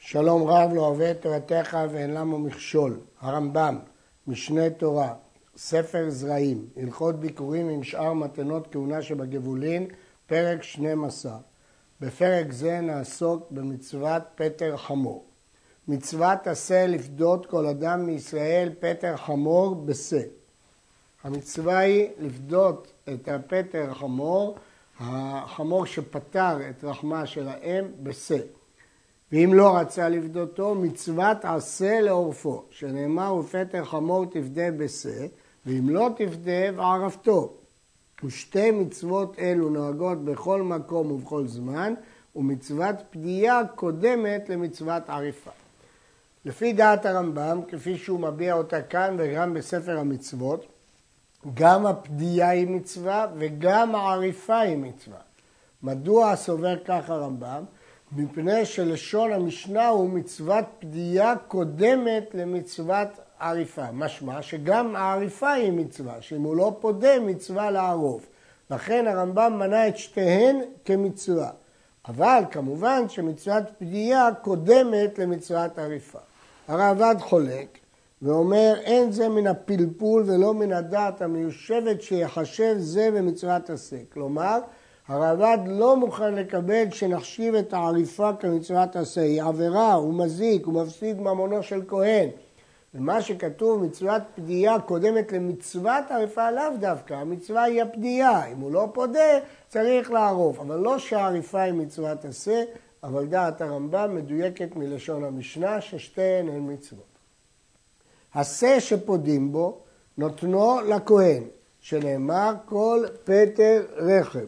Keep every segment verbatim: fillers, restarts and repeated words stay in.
שלום רב לא אוהב את תורתך ואין למה מכשול. הרמב"ם, משנה תורה, ספר זרעים, הלכות ביקורים עם שאר מתנות כהונה שבגבולין, פרק שנים עשר. בפרק זה נעסוק במצוות פטר חמור. מצוות עשה לפדות כל אדם מישראל פטר חמור בשה. המצווה היא לפדות את הפטר החמור, החמור שפטר את רחמה של האם בשה. ואם לא רצה לפדותו, מצוות עשה לעורפו, שנאמר ופטר חמור תפדה בשה, ואם לא תפדה וערפתו. ושתי מצוות אלו נוהגות בכל מקום ובכל זמן, ומצוות פדייה קודמת למצוות עריפה. לפי דעת הרמב"ם, כפי שהוא מביע אותה כאן וגם בספר המצוות, גם הפדייה היא מצווה וגם העריפה היא מצווה. מדוע סובר כך הרמב"ם? מפני שלשון המשנה הוא מצוות פדייה קודמת למצוות עריפה. משמע שגם העריפה היא מצווה, שאם הוא לא פודה מצווה לערוף. לכן הרמב"ם מנה את שתיהן כמצווה. אבל כמובן שמצוות פדייה קודמת למצוות עריפה. הרעב"ד חולק ואומר אין זה מן הפלפול ולא מן הדעת המיושבת שיחשב זה במצוות עשה. כלומר, הרעב"ד לא מוכן לקבל שנחשיב את העריפה כמצוות עשה. היא עבירה, הוא מזיק, הוא מפסיד ממונו של כהן. ומה שכתוב מצוות פדייה קודמת למצוות עריפה לאו דווקא. המצווה היא הפדייה. אם הוא לא פודה צריך לערוף. אבל לא שהעריפה היא מצוות עשה, אבל דעת הרמב"ם מדויקת מלשון המשנה ששתיהן הן מצוות. עשה שפודים בו נותנו לכהן, שנאמר כל פטר רחם.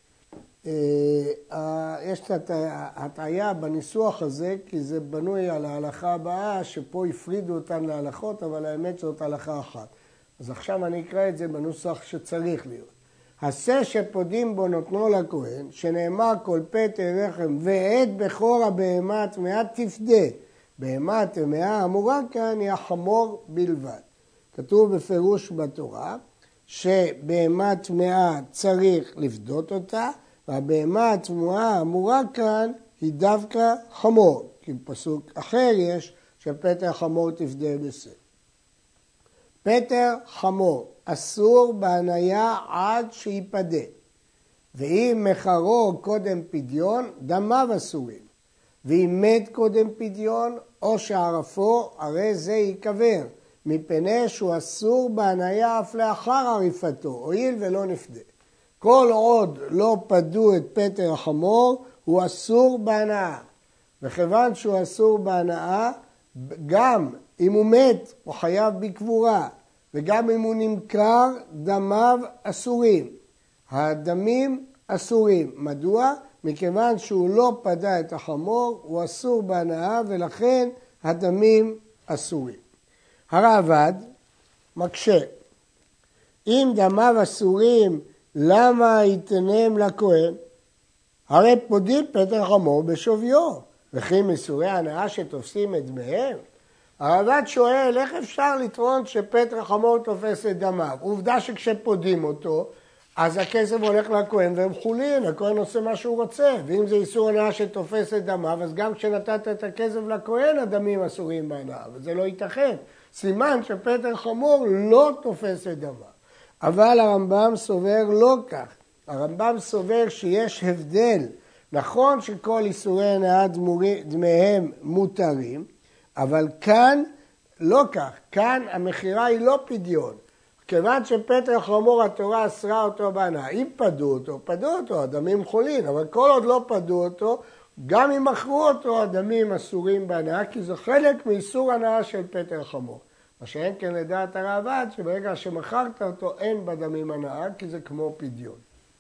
יש קצת הטעיה בניסוח הזה, כי זה בנוי על ההלכה הבאה, שפה הפרידו אותן להלכות, אבל האמת זאת הלכה אחת. אז עכשיו אני אקרא את זה בנוסח שצריך להיות. עשה שפודים בו נותנו לכהן, שנאמר כל פטר רחם ואת בכור הבהמה טמאה תפדה. בהמה טמאה אמורה כאן היא החמור בלבד. כתוב בפירוש בתורה שבהמה טמאה צריך לפדות אותה, והבהמה התמוהה אמורה כאן היא דווקא חמור, כי בפסוק אחר יש שפטר חמור תפדה בשה. פטר חמור אסור בהניה עד שיפדה, ואם מחרו קודם פדיון דמיו אסורים, ואם מת קודם פדיון או שערפו הרי זה ייקבר, מפני שהוא אסור בהניה אף לאחר עריפתו, הואיל ולא נפדה. כל עוד לא פדו את פטר החמור, הוא אסור בהנאה. וכיוון שהוא אסור בהנאה, גם אם הוא מת, הוא חייב בקבורה. וגם אם הוא נמכר, דמיו אסורים. הדמים אסורים. מדוע? מכיוון שהוא לא פדה את החמור, הוא אסור בהנאה, ולכן הדמים אסורים. הרעב"ד מקשה. אם דמיו אסורים, למה יתנם לכהן? הרי פודים פטר חמור בשוויו, וכי מסורי הנאה שתופסים את דמיהם? הרעב"ד שואל איך אפשר לטעון שפטר חמור תופס את דמיו? עובדה שכשפודים אותו, אז הכסף הולך לכהן והם חולין, הכהן עושה מה שהוא רוצה, ואם זה איסור הנאה שתופס את דמיו, אז גם כשנתת את הכסף לכהן הדמים אסורים בהנאה, וזה לא ייתכן. סימן שפטר חמור לא תופס את דמיו. אבל הרמב"ם סובר לא כך. הרמב"ם סובר שיש הבדל. נכון שכל איסורי הנאה דמיהם מותרים, אבל כאן לא כך. כאן המחירה היא לא פדיון. כיוון שפטר חמור התורה אסרה אותו בהנאה. אם פדו אותו, פדו אותו, הדמים חולין. אבל כל עוד לא פדו אותו, גם אם מכרו אותו, הדמים אסורים בהנאה, כי זה חלק מאיסור הנאה של פטר חמור. מה שאין כן לדעת הרעב"ד, שברגע שמכרת אותו אין בדמים הנאה, כי זה כמו פדיון.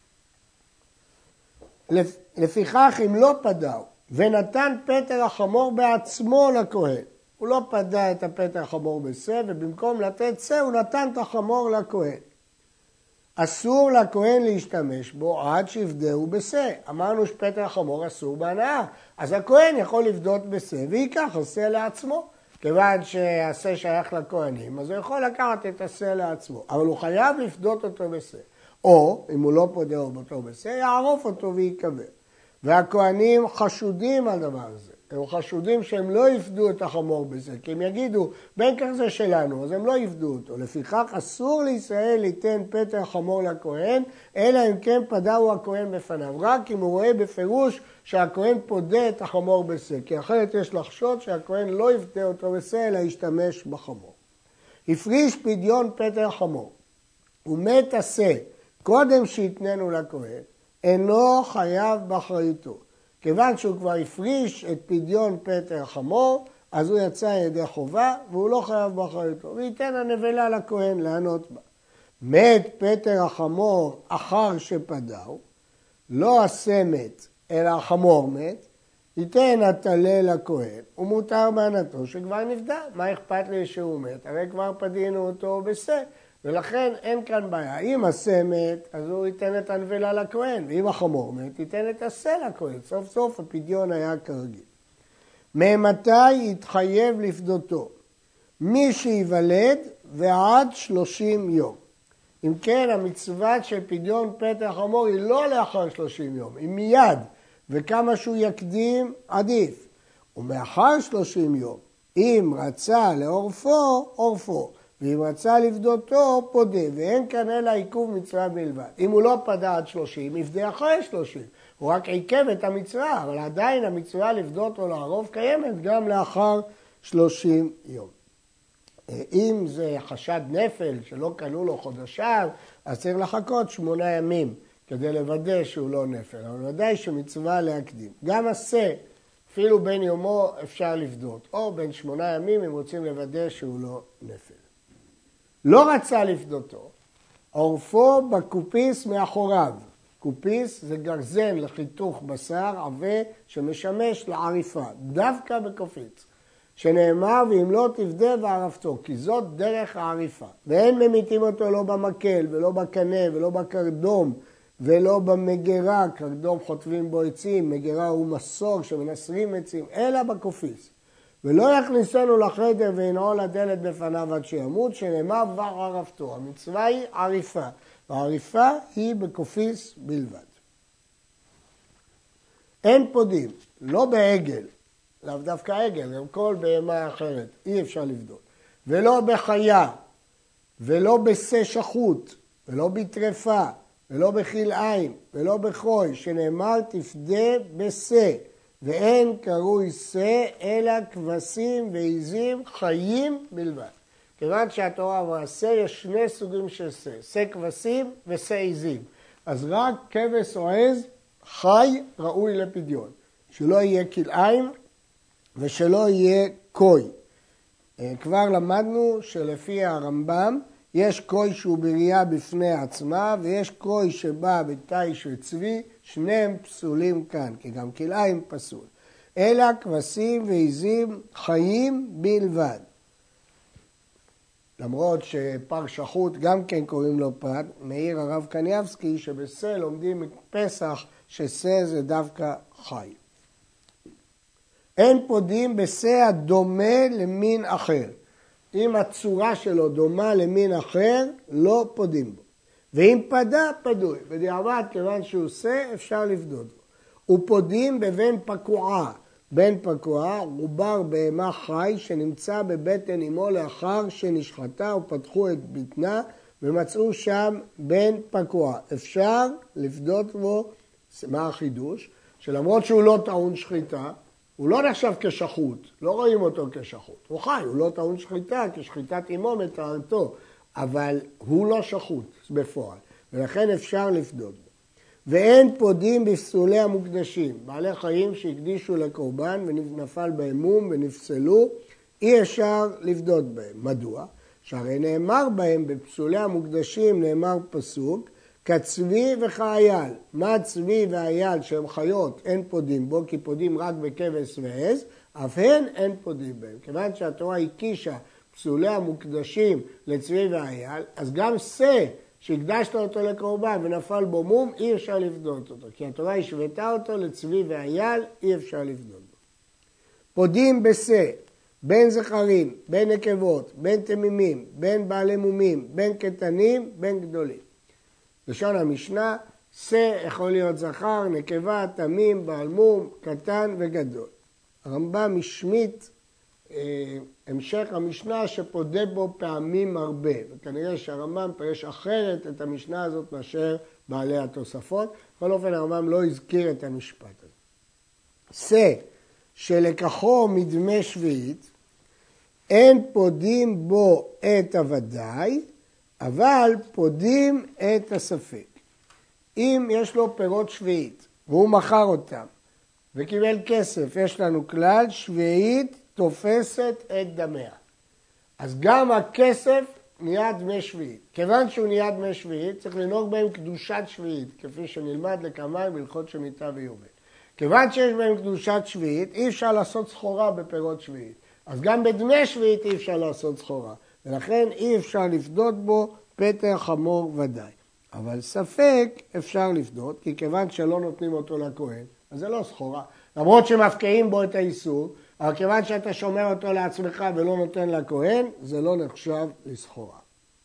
לפיכך אם לא פדאו ונתן פטר החמור בעצמו לכהן, הוא לא פדה את הפטר החמור בשה, ובמקום לתת שה הוא נתן את החמור לכהן. אסור לכהן להשתמש בו עד שיפדהו בשה. אמרנו שפטר החמור אסור בהנאה, אז הכהן יכול לפדות בשה ויקח השה לעצמו. כיוון שהשה שייך לכהנים, אז הוא יכול לקחת את השה לעצמו, אבל הוא חייב לפדות אותו בשה. או, אם הוא לא פודה אותו בשה, יערוף אותו ויקבר. והכהנים חשודים על דבר הזה. הם חשודים שהם לא יפדו את החמור בזה, כי הם יגידו, בין כך זה שלנו, אז הם לא יפדו אותו. לפיכך אסור לישראל ליתן פטר חמור לכהן, אלא אם כן פדהו הכהן בפניו. רק אם הוא רואה בפירוש שהכהן פודה את החמור בזה, כי אחרת יש לחשוד שהכהן לא יפדה אותו בזה, אלא ישתמש בחמור. הפריש פדיון פטר חמור, ומת עשה, קודם שיתננו לכהן, אינו חייב באחריותו. כיוון שהוא כבר הפריש את פדיון פטר חמור, אז הוא יצא ידי חובה, והוא לא חייב באחריותו. וייתן הנבלה לכהן לענות בה. מת פטר החמור אחר שפדהו, לא עשה מת, אלא החמור מת, ייתן הטלה לכהן, ומותר מענתו שכבר נפדה. מה אכפת לי שהוא מת? הרי כבר פדינו אותו בשה. ולכן אין כאן בעיה. אם השה מת, אז הוא ייתן את הנבלה לכהן, ואם החמור מת, ייתן את השה לכהן. סוף סוף הפדיון היה כרגיל. ממתי יתחייב לפדותו? מי שיוולד ועד שלושים יום. אם כן, המצווה של פדיון פטר חמור היא לא לאחר שלושים יום, היא מיד, וכמה שהוא יקדים עדיף. ומאחר שלושים יום, אם רצה לעורפו, עורפו. ואם רצה לפדותו, פודה, ואין כאן אלא עיכוב מצווה בלבד. אם הוא לא פדה עד שלושים, יפדה אחרי שלושים. הוא רק עיכב את המצווה, אבל עדיין המצווה לפדות או לערוב קיימת גם לאחר שלושים יום. אם זה חשד נפל שלא קנו לו חודשיו, אז צריך לחכות שמונה ימים כדי לוודא שהוא לא נפל. אבל ודאי שמצווה להקדים. גם עשה, אפילו בין יומו אפשר לפדות, או בין שמונה ימים אם רוצים לוודא שהוא לא נפל. לא רצה לפדותו, עורפו בקופיס מאחוריו. קופיס זה גרזן לחיתוך בשר עבה שמשמש לעריפה, דווקא בקופיץ. שנאמר, ואם לא תפדה וערפתו, כי זאת דרך העריפה. ואין ממיתים אותו לא במקל ולא בקנה ולא בקרדום ולא במגרה, קרדום חוטבים בו עצים, מגרה הוא מסור שמנסרים עצים, אלא בקופיס. ולא יכניסנו לחדר וינעול הדלת בפניו עד שימות, שנאמר וערפתו. המצווה היא עריפה, והעריפה היא בקופיס בלבד. אין פודים, לא בעגל, לאו דווקא עגל, גם כל בהמה אחרת, אי אפשר לבדות. ולא בחיה, ולא בשה שחוט, ולא בטרפה, ולא בכלאיים, ולא בחוי, שנאמר תפדה בשה. ואין קרוי שה, אלא כבשים ועיזים חיים בלבד. כיוון שהתורה אמרה שה, יש שני סוגים של שה, שה כבשים ושה עיזים. אז רק כבש או עז חי ראוי לפדיון. שלא יהיה כלאיים ושלא יהיה קוי. כבר למדנו שלפי הרמב"ם יש קוי שהוא בריאה בפני עצמה ויש קוי שבא בתיש וצבי, שניהם פסולים כאן, כי גם כלאיים פסול. אלא כבשים ועיזים חיים בלבד. למרות שפר שחוט גם כן קוראים לו פת, מעיר הרב קניאבסקי שבשה לומדים מפסח ששה זה דווקא חי. אין פודים בשה הדומה למין אחר. אם הצורה שלו דומה למין אחר, לא פודים בו. ואם פדה, פדוי. בדיעבד, כיוון שהוא שה, אפשר לפדות בו. ופודים בבן פקועה. בן פקועה, עובר בהמה חי שנמצא בבטן אמו לאחר שנשחטה ופתחו את בטנה ומצאו שם בן פקועה. אפשר לפדות בו, מה החידוש? שלמרות שהוא לא טעון שחיטה, הוא לא נחשב כשחוט, לא רואים אותו כשחוט. הוא חי, הוא לא טעון שחיטה, כשחיטת אמו מטהרתו, אבל הוא לא שחוט בפועל, ולכן אפשר לפדות בו. ואין פודים בפסולי המוקדשים, בעלי חיים שהקדישו לקורבן ונפל בהם מום ונפסלו, אי אפשר לפדות בהם. מדוע? שהרי נאמר בהם בפסולי המוקדשים, נאמר פסוק, כצבי וכאייל. מה צבי ואייל שהם חיות אין פודים בו, כי פודים רק בכבש ועז, אף הן אין פודים בהם. כיוון שהתורה הקישה פסולי המוקדשים לצבי ואייל, אז גם שה שהקדשת אותו לקורבן ונפל בו מום, אי אפשר לפדות אותו. כי התורה השוותה אותו לצבי ואייל, אי אפשר לפדות בו. פודים בשה, בין זכרים, בין נקבות, בין תמימים, בין בעלי מומים, בין קטנים, בין גדולים. לשון המשנה, שה יכול להיות זכר, נקבה, תמים, בעל מום, קטן וגדול. הרמב"ם השמיט אה, המשך המשנה שפודה בו פעמים הרבה, וכנראה שהרמב"ם פרש אחרת את המשנה הזאת מאשר בעלי התוספות. בכל אופן הרמב"ם לא הזכיר את המשפט הזה. שא שלקחו מדמי שביעית, אין פודים בו את הוודאי, אבל פודים את הספק. אם יש לו פירות שביעית והוא מכר אותם וקיבל כסף, יש לנו כלל, שביעית תופסת את דמיה. אז גם הכסף נהיה דמי שביעית. כיוון שהוא נהיה דמי שביעית, צריך לנהוג בהם קדושת שביעית, כפי שנלמד לכמה בהלכות שמיטה ויובל. כיוון שיש בהם קדושת שביעית, אי אפשר לעשות סחורה בפירות שביעית. אז גם בדמי שביעית אי אפשר לעשות סחורה, ולכן אי אפשר לפדות בו פטר חמור ודאי. אבל ספק אפשר לפדות, כי כיוון שלא נותנים אותו לכהן, אז זה לא סחורה. למרות שמפקיעים בו את האיסור, אבל כיוון שאתה שומר אותו לעצמך ולא נותן לכהן, זה לא נחשב לסחורה.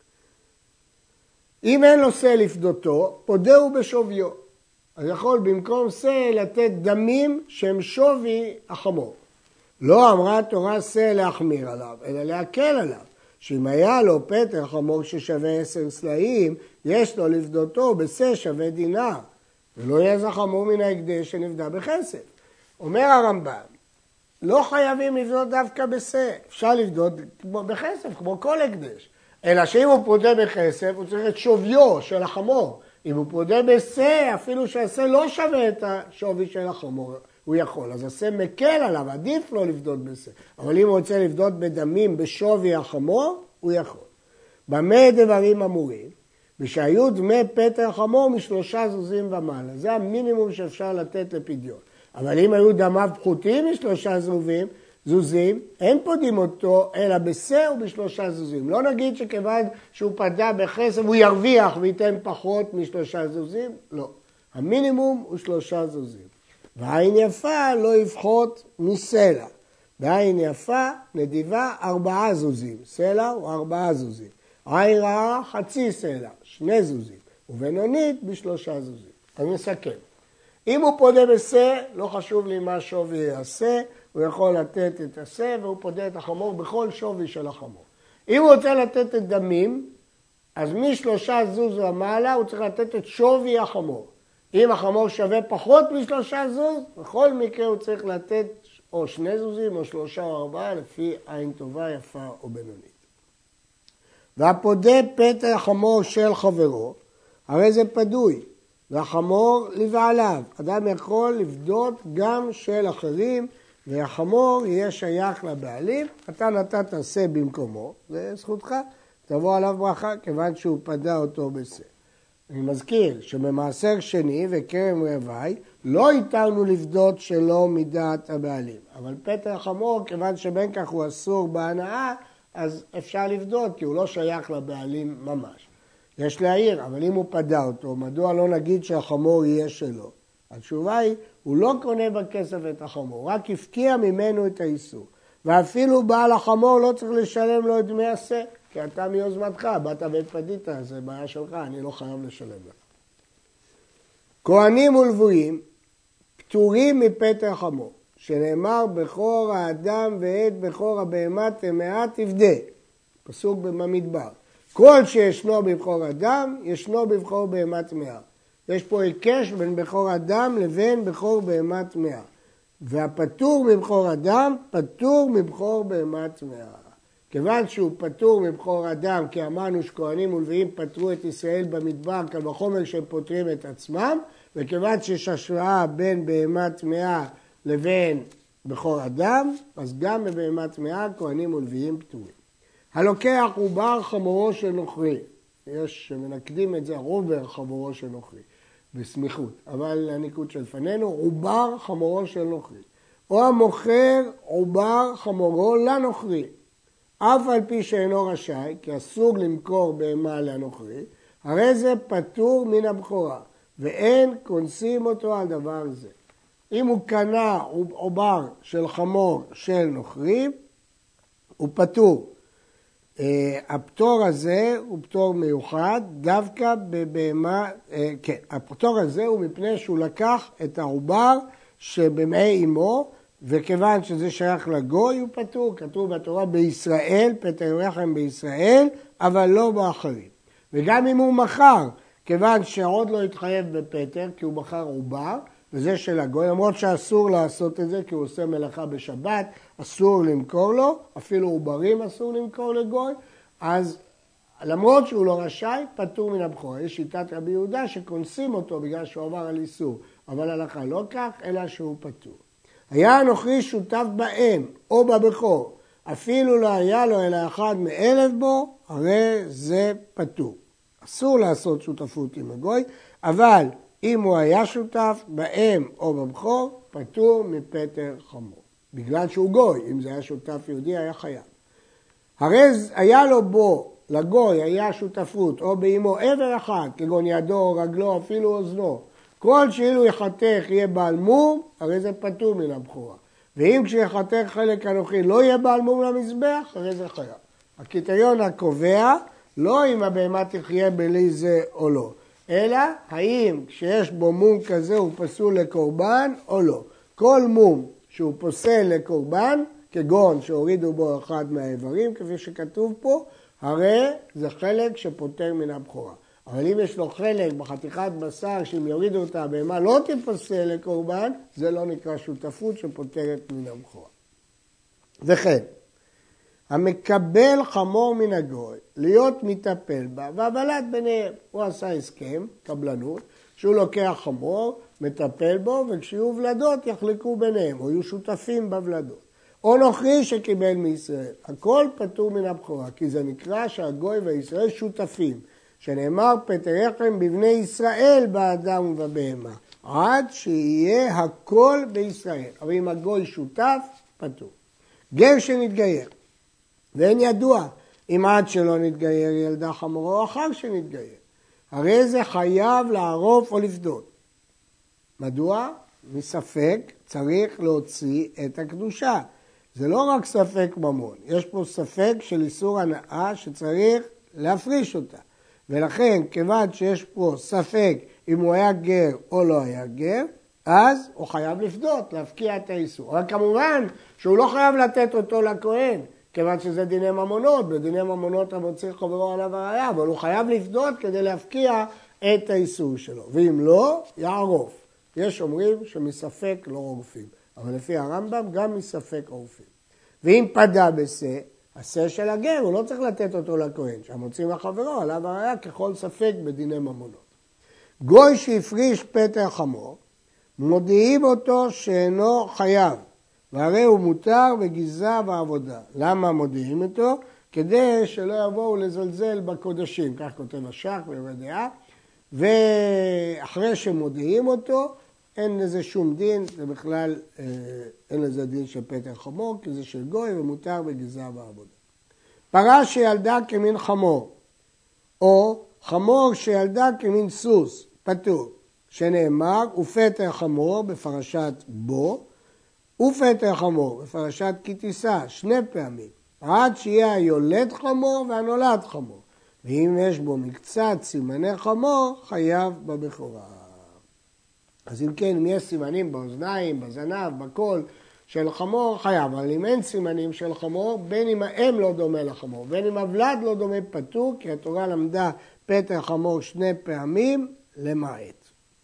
אם אין לו שא לפדותו, פודהו בשוויו. אז יכול במקום שא לתת דמים שהם שווי החמור. לא אמרה התורה שא להחמיר עליו, אלא להקל עליו. שאם היה לו פטר חמור ששווה עשר סלעים, יש לו לפדותו בשא שווה דינר. ולא יהיה זה חמור מן ההקדש שנפדה בכסף. אומר הרמב"ם, לא חייבים לפדות דווקא בשא, אפשר לפדות בכסף, כמו כל הקדש. אלא שאם הוא פודה בכסף, הוא צריך את שוויו של החמור. אם הוא פודה בשא, אפילו שהשא לא שווה את השווי של החמור, הוא יכול. אז השא מקל עליו, עדיף לו לפדות בשא. אבל אם הוא רוצה לפדות בדמים בשווי החמור, הוא יכול. במה דברים אמורים? ושהיו דמי פטר חמור משלושה זוזים ומעלה. זה המינימום שאפשר לתת לפדיון. אבל אם היו דמיו פחותים משלושה זוזים, זוזים, אין פודים אותו אלא בשא ובשלושה זוזים. לא נגיד שכיוון שהוא פדה בכסף הוא ירוויח וייתן פחות משלושה זוזים, לא. המינימום הוא שלושה זוזים. ועין יפה לא יפחות מסלע. בעין יפה נדיבה ארבעה זוזים. סלע הוא ארבעה זוזים. עין רעה חצי סלע, שני זוזים. ובינונית בשלושה זוזים. אני מסכם. אם הוא פודה בשא, לא חשוב לי מה שווי יעשה, הוא יכול לתת את השא והוא פודה את החמור בכל שווי של החמור. אם הוא רוצה לתת את דמים, אז משלושה זוז ומעלה הוא צריך לתת את שווי החמור. אם החמור שווה פחות משלושה זוז, בכל מקרה הוא צריך לתת או שני זוזים או שלושה או ארבעה, לפי עין טובה, יפה או בינונית. והפודה פטר חמור של חברו, הרי זה פדוי. והחמור לבעליו. אדם יכול לפדות גם של אחרים, והחמור יהיה שייך לבעלים. אתה נתת שא במקומו, זה זכותך, תבוא עליו ברכה, כיוון שהוא פדה אותו בשא. אני מזכיר שבמעשר שני וכרם רווי, לא התרנו לפדות שלא מדעת הבעלים. אבל פטר חמור, כיוון שבין כך הוא אסור בהנאה, אז אפשר לפדות, כי הוא לא שייך לבעלים ממש. יש להעיר, אבל אם הוא פדה אותו, מדוע לא נגיד שהחמור יהיה שלו? התשובה היא, הוא לא קונה בכסף את החמור, רק הפקיע ממנו את האיסור. ואפילו בעל החמור לא צריך לשלם לו את דמי השא, כי אתה מיוזמתך, באת ופדית, זה בעיה שלך, אני לא חייב לשלם לך. כהנים ולוויים פטורים מפטר חמור, שנאמר בכור האדם ואת בכור הבהמה טמאה תפדה, פסוק במדבר. כל שישנו בבכור אדם, ישנו בבכור בהמה טמאה. יש פה היקש בין בכור אדם לבין בכור בהמה טמאה. והפטור מבכור אדם, פטור מבכור בהמה טמאה. כיוון שהוא פטור מבכור אדם, כי אמרנו שכהנים ולוויים פטרו את ישראל במדבר, כאן בחומר שהם פותרים את עצמם, וכיוון שיש השוואה בין בהמה טמאה לבין בכור אדם, אז גם בבהמה טמאה כהנים ולוויים פטורים. הלוקח עובר חמורו של נוכרי, יש שמנקדים את זה עובר חמורו של נוכרי, בסמיכות, אבל הניקוד שלפנינו, עובר חמורו של נוכרי, או המוכר עובר חמורו לנוכרי, אף על פי שאינו רשאי, כי אסור למכור בהמה לנוכרי, הרי זה פטור מן הבכורה, ואין כונסים אותו על דבר זה. אם הוא קנה עובר של חמור של נוכרי, הוא פטור. הפטור הזה הוא פטור מיוחד, דווקא בבהמה, כן, הפטור הזה הוא מפני שהוא לקח את העובר שבמעי אמו, וכיוון שזה שייך לגוי הוא פטור, כתוב בתורה בישראל, פטר לחם בישראל, אבל לא באחרים. וגם אם הוא מכר, כיוון שעוד לא התחייב בפטר, כי הוא מכר עובר, וזה של הגוי, למרות שאסור לעשות את זה, כי הוא עושה מלאכה בשבת, אסור למכור לו, אפילו עוברים אסור למכור לגוי, אז למרות שהוא לא רשאי, פטור מן הבכורה. יש שיטת רבי יהודה שכונסים אותו בגלל שהוא עבר על איסור, אבל הלכה לא כך, אלא שהוא פטור. היה הנוכרי שותף באם או בבכור, אפילו לא היה לו אלא אחד מאלף בו, הרי זה פטור. אסור לעשות שותפות עם הגוי, אבל אם הוא היה שותף באם או בבכור, פטור מפטר חמור. בגלל שהוא גוי, אם זה היה שותף יהודי היה חייב. הרי היה לו בו, לגוי היה שותפות, או באמו עבר אחד, כגון ידו, רגלו, אפילו אוזנו. כל שאילו יחתך יהיה בעל מום, הרי זה פטור מן הבכורה. ואם כשיחתך חלק אנוכי לא יהיה בעל מום למזבח, הרי זה חייב. הקריטריון הקובע, לא אם הבהמה תחיה בלי זה או לא, אלא האם כשיש בו מום כזה הוא פסול לקורבן או לא. כל מום שהוא פוסל לקורבן, כגון שהורידו בו אחד מהאיברים, כפי שכתוב פה, הרי זה חלק שפוטר מן הבכורה. אבל אם יש לו חלק בחתיכת בשר שאם יורידו אותה הבהמה לא תפסל לקורבן, זה לא נקרא שותפות שפוטרת מן הבכורה. וכן, המקבל חמור מן הגוי, להיות מטפל בה, והבלת ביניהם. הוא עשה הסכם, קבלנות, שהוא לוקח חמור, מטפל בו, וכשיהיו ולדות יחלקו ביניהם, או יהיו שותפים בוולדות. או נוכרי שקיבל מישראל. הכל פטור מן הבכורה, כי זה נקרא שהגוי וישראל שותפים. שנאמר פטר לחם בבני ישראל באדם ובבהמה, עד שיהיה הכל בישראל. אבל אם הגוי שותף, פטור. גר שנתגייר, ואין ידוע אם עד שלא נתגייר ילדה חמורו או אחר שנתגייר. הרי זה חייב לערוף או לפדות. מדוע? מספק צריך להוציא את הקדושה. זה לא רק ספק ממון, יש פה ספק של איסור הנאה שצריך להפריש אותה. ולכן, כיוון שיש פה ספק אם הוא היה גר או לא היה גר, אז הוא חייב לפדות, להפקיע את האיסור. אבל כמובן שהוא לא חייב לתת אותו לכהן, כיוון שזה דיני ממונות, בדיני ממונות המוציא חברו עליו הראיה, אבל הוא חייב לפדות כדי להפקיע את האיסור שלו. ואם לא, יערוף. יש אומרים שמספק לא עורפים, אבל לפי הרמב"ם גם מספק עורפים. ואם פדה בשה, השה של הגר, הוא לא צריך לתת אותו לכהן, שהמוציא מחברו עליו הראיה ככל ספק בדיני ממונות. גוי שהפריש פטר חמור, מודיעים אותו שאינו חייב, והרי הוא מותר בגזרה ועבודה. למה מודיעים אותו? כדי שלא יבואו לזלזל בקודשים, כך כותב השח ובדעה, ואחרי שמודיעים אותו, אין לזה שום דין, זה בכלל אה, אין לזה דין של פטר חמור, כי זה של גוי ומותר בגזרה ועבודה. פרה שילדה כמין חמור, או חמור שילדה כמין סוס, פטור, שנאמר, ופטר חמור בפרשת בו, ופטר חמור בפרשת כי תישא, שני פעמים, עד שיהיה היולד חמור והנולד חמור. ואם יש בו מקצת סימני חמור, חייב בבכורה. אז אם כן, אם יש סימנים באוזניים, בזנב, בקול של חמור, חייב. אבל אם אין סימנים של חמור, בין אם האם לא דומה לחמור, בין אם הוולד לא דומה פטור, כי התורה למדה פטר חמור שני פעמים, למעט.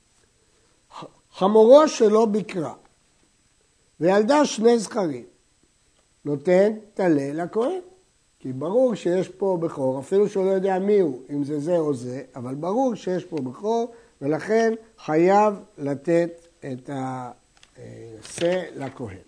חמורו שלו בקרה, וילדה שני זכרים, נותן תלה לכהן. כי ברור שיש פה בכור, אפילו שהוא לא יודע מי הוא, אם זה זה או זה, אבל ברור שיש פה בכור, ולכן חייב לתת את השה לכהן.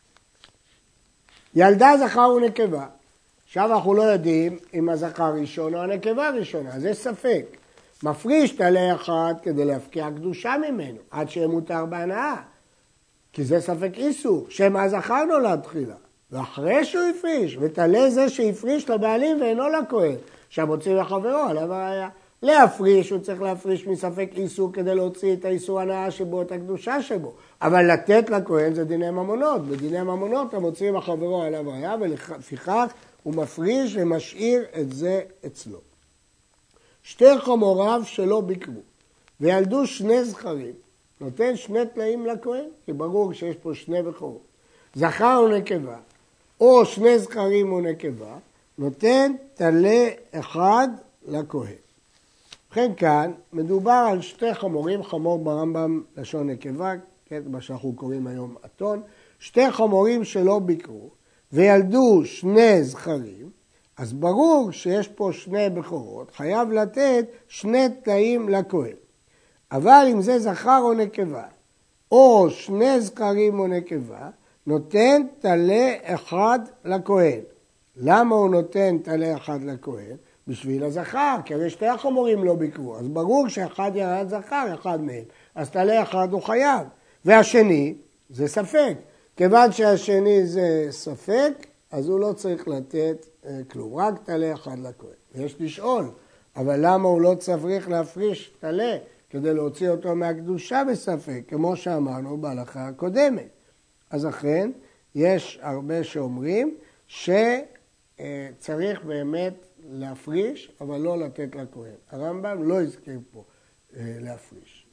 ילדה זכר ונקבה. עכשיו אנחנו לא יודעים אם הזכר ראשון או הנקבה ראשונה, אז יש ספק. מפריש תלה אחד כדי להפקיע קדושה ממנו, עד שיהיה מותר בהנאה. כי זה ספק איסור, שם הזכר נולד תחילה. ואחרי שהוא הפריש, ותלה זה שהפריש לבעלים ואינו לכהן, שהמוציא לחברו עליו הראיה. להפריש, הוא צריך להפריש מספק איסור כדי להוציא את האיסור הנאה שבו, את הקדושה שבו. אבל לתת לכהן זה דיני ממונות. בדיני ממונות המוציא לחברו עליו הראיה, ולפיכך הוא מפריש ומשאיר את זה אצלו. שתי חמוריו שלא ביקרו, וילדו שני זכרים, נותן שני תלאים לכהן, כי ברור שיש פה שני בכורות. זכר ונקבה, או שני זכרים ונקבה, נותן טלה אחד לכהן. לכן כאן מדובר על שתי חמורים, חמור ברמב"ם לשון נקבה, כן, מה שאנחנו קוראים היום אתון, שתי חמורים שלא ביקרו, וילדו שני זכרים, אז ברור שיש פה שני בכורות, חייב לתת שני תלאים לכהן. אבל אם זה זכר או נקבה, או שני זכרים או נקבה, נותן טלה אחד לכהן. למה הוא נותן טלה אחד לכהן? בשביל הזכר, כי הרי שתי החמורים לא ביקרו, אז ברור שאחד ירד זכר, אחד מהם, אז טלה אחד הוא חייב. והשני זה ספק, כיוון שהשני זה ספק, אז הוא לא צריך לתת אה, כלום, רק טלה אחד לכהן. יש לשאול, אבל למה הוא לא צריך להפריש טלה כדי להוציא אותו מהקדושה בספק, כמו שאמרנו בהלכה הקודמת? אז אכן, יש הרבה שאומרים שצריך באמת להפריש, אבל לא לתת לכהן. הרמב"ם לא הזכיר פה אה, להפריש.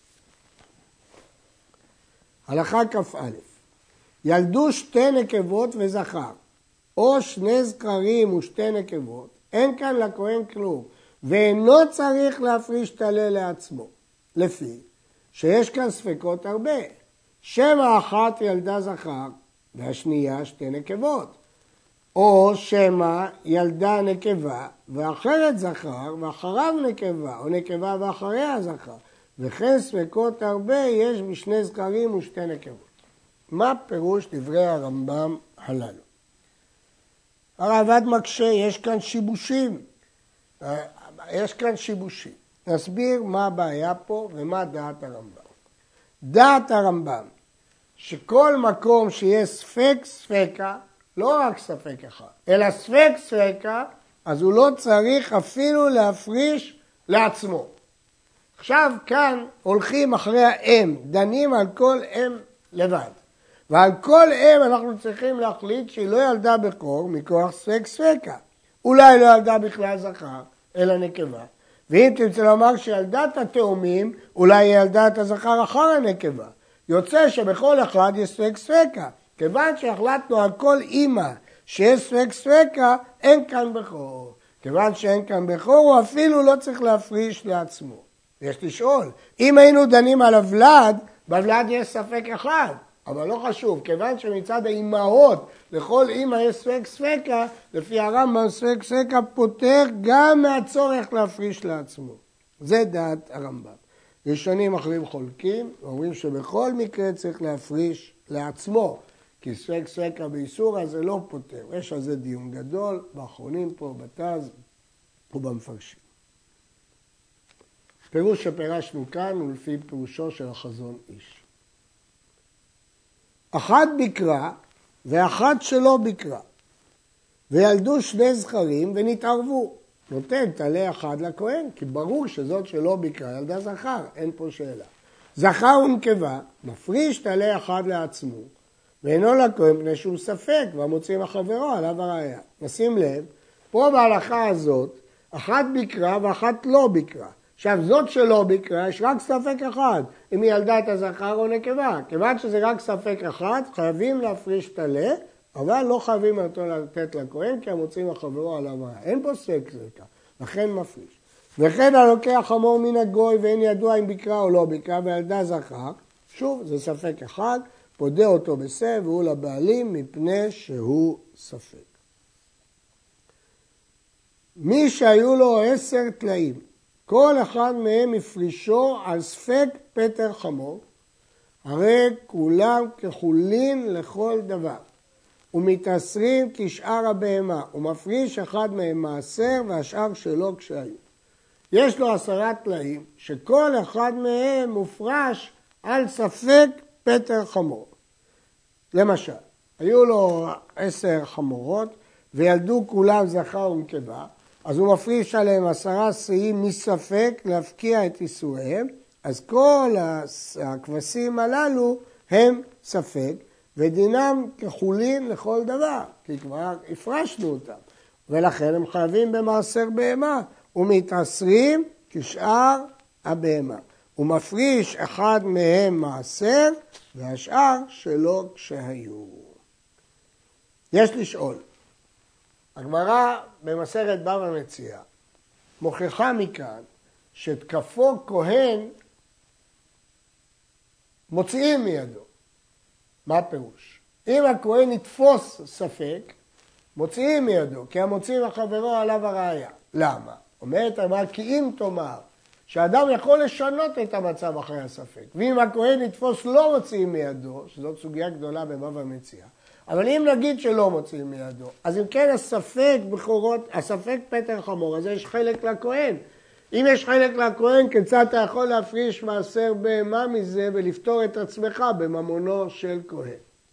הלכה כ"א, ילדו שתי נקבות וזכר, או שני זכרים ושתי נקבות, אין כאן לכהן כלום, ואינו צריך להפריש טלה לעצמו, לפי שיש כאן ספקות הרבה. שמא אחת ילדה זכר, והשנייה שתי נקבות, או שמא ילדה נקבה, ואחרת זכר, ואחריו נקבה, או נקבה ואחריה זכר, וכן ספקות הרבה יש בשני זכרים ושתי נקבות. מה פירוש דברי הרמב"ם הללו? הרעב"ד מקשה, יש כאן שיבושים. יש כאן שיבושים. נסביר מה הבעיה פה ומה דעת הרמב"ם. דעת הרמב"ם, שכל מקום שיש ספק ספקה, לא רק ספק אחד, אלא ספק ספקה, אז הוא לא צריך אפילו להפריש לעצמו. עכשיו כאן הולכים אחרי האם, דנים על כל אם לבד. ועל כל אם אנחנו צריכים להחליט שהיא לא ילדה בכור מכוח ספק ספקה. אולי לא ילדה בכלל זכר, אלא נקבה. ואם תרצה לומר שילדת התאומים, אולי ילדה את הזכר אחר הנקבה. יוצא שבכל אחד יש ספק ספקה. כיוון שהחלטנו על כל אימא שיש ספק ספקה, אין כאן בכור. כיוון שאין כאן בכור, הוא אפילו לא צריך להפריש לעצמו. יש לשאול, אם היינו דנים על הוולד, בוולד יש ספק אחד. אבל לא חשוב, כיוון שמצד האימהות לכל אימא יש ספק ספקה, לפי הרמב"ם ספק ספקה פותר גם מהצורך להפריש לעצמו. זה דעת הרמב"ם. ראשונים אחרים חולקים, אומרים שבכל מקרה צריך להפריש לעצמו, כי ספק ספקה באיסור הזה לא פותר. יש על זה דיון גדול, באחרונים פה, בתז ובמפרשים. פירוש שפירשנו כאן הוא לפי פירושו של החזון איש. אחת ביקרה ואחת שלא ביקרה, וילדו שני זכרים ונתערבו. נותן טלה אחד לכהן, כי ברור שזאת שלא ביקרה ילדה זכר, אין פה שאלה. זכר ונקבה, מפריש טלה אחד לעצמו, ואינו לכהן פני שהוא ספק, והמוצאים החברו עליו הראיה. נשים לב, פה בהלכה הזאת, אחת ביקרה ואחת לא ביקרה. עכשיו, זאת שלא ביקרה, יש רק ספק אחד, אם היא ילדה את הזכר או נקבה. כיוון שזה רק ספק אחד, חייבים להפריש טלה, אבל לא חייבים אותו לתת לכהן, כי המוצאים החברו עליו הראיה. אין פה ספק ספקה, לכן מפריש. וכן הלוקח חמור מן הגוי ואין ידוע אם ביקרה או לא ביקרה, וילדה זכר, שוב, זה ספק אחד, פודה אותו בסב והוא לבעלים מפני שהוא ספק. מי שהיו לו עשר טלאים, כל אחד מהם הפרישו על ספק פטר חמור, הרי כולם כחולין לכל דבר, ומתעשרים כשאר הבהמה, ומפריש אחד מהם מעשר והשאר שלו כשהיו. יש לו עשרה טלאים, שכל אחד מהם מופרש על ספק פטר חמור. למשל, היו לו עשר חמורות, וילדו כולם זכר ונקבה, אז הוא מפריש עליהם עשרה שאים מספק להפקיע את איסוריהם, אז כל הכבשים הללו הם ספק, ודינם כחולין לכל דבר, כי כבר הפרשנו אותם, ולכן הם חייבים במעשר בהמה, ומתעשרים כשאר הבהמה. הוא מפריש אחד מהם מעשר, והשאר שלא כשהיו. יש לשאול, הגמרא במסכת בבא מציעא מוכיחה מכאן שתקפו כהן מוציאים מידו. מה הפירוש? אם הכהן יתפוס ספק, מוציאים מידו, כי המוציא מחברו עליו הראיה. למה? אומרת הגמרא, כי אם תאמר שאדם יכול לשנות את המצב אחרי הספק, ואם הכהן יתפוס לא מוציאים מידו, שזאת סוגיה גדולה בבבא מציעא, אבל אם נגיד שלא מוציאים מידו, אז אם כן הספק בכורות, הספק פטר חמור, אז יש חלק לכהן. אם יש חלק לכהן, כיצד אתה יכול להפריש מעשר בהמה מזה ולפתור את עצמך בממונו של כהן?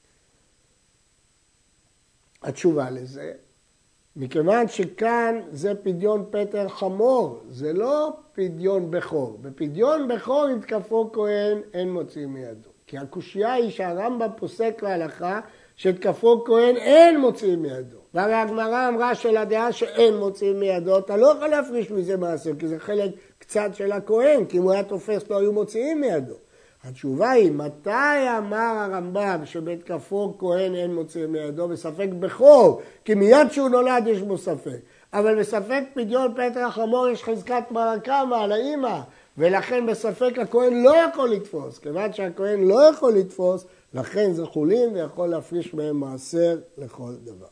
התשובה לזה, מכיוון שכאן זה פדיון פטר חמור, זה לא פדיון בכור. בפדיון בכור התקפו כהן, אין מוציאים מידו. כי הקושייה היא שהרמב"ם פוסק להלכה שתקפו כהן, אין מוציאים מידו. והרי הגמרא אמרה של הדעה שאין מוציאים מידו, אתה לא יכול להפריש מזה מעשר, כי זה חלק קצת של הכהן, כי אם הוא היה תופס לא היו מוציאים מידו. התשובה היא, מתי אמר הרמב"ם שבתקפו כהן אין מוציאים מידו? בספק בכור, כי מיד שהוא נולד יש בו ספק. אבל בספק פדיון פטר החמור יש חזקת מרקמה על האמא, ולכן בספק הכהן לא יכול לתפוס. כיוון שהכהן לא יכול לתפוס, לכן זה חולין ויכול להפריש מהם מעשר לכל דבר.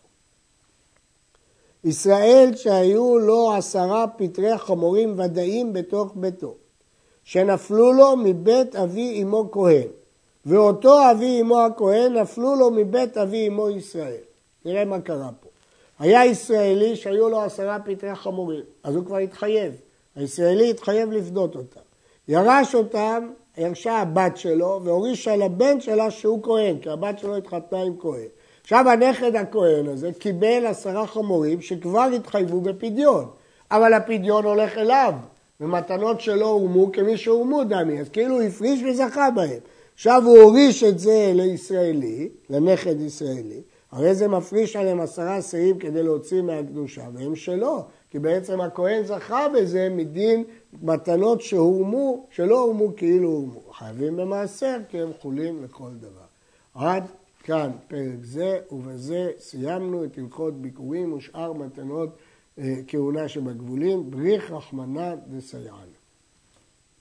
ישראל שהיו לו עשרה פטרי חמורים ודאים בתוך ביתו, שנפלו לו מבית אבי אמו כהן, ואותו אבי אמו הכהן נפלו לו מבית אבי אמו ישראל. נראה מה קרה פה. היה ישראלי שהיו לו עשרה פטרי חמורים, אז הוא כבר התחייב. הישראלי התחייב לפדות אותם. ירש אותם, ירשה הבת שלו, והורישה לבן שלה שהוא כהן, כי הבת שלו התחתנה עם כהן. עכשיו הנכד הכהן הזה קיבל עשרה חמורים שכבר התחייבו בפדיון, אבל הפדיון הולך אליו. ומתנות שלו הורמו כמי שהורמו דמי, אז כאילו הוא הפריש וזכה בהם. עכשיו הוא הוריש את זה לישראלי, לנכד ישראלי, הרי זה מפריש עליהם עשרה שאים כדי להוציא מהקדושה, והם שלו, כי בעצם הכהן זכה בזה מדין מתנות שהורמו, שלא הורמו כאילו הורמו. חייבים במעשר כי הם חולים לכל דבר. עד כאן פרק זה, ובזה סיימנו את הלכות ביקורים ושאר מתנות כהונה שבגבולין, בריך רחמנא דסייען.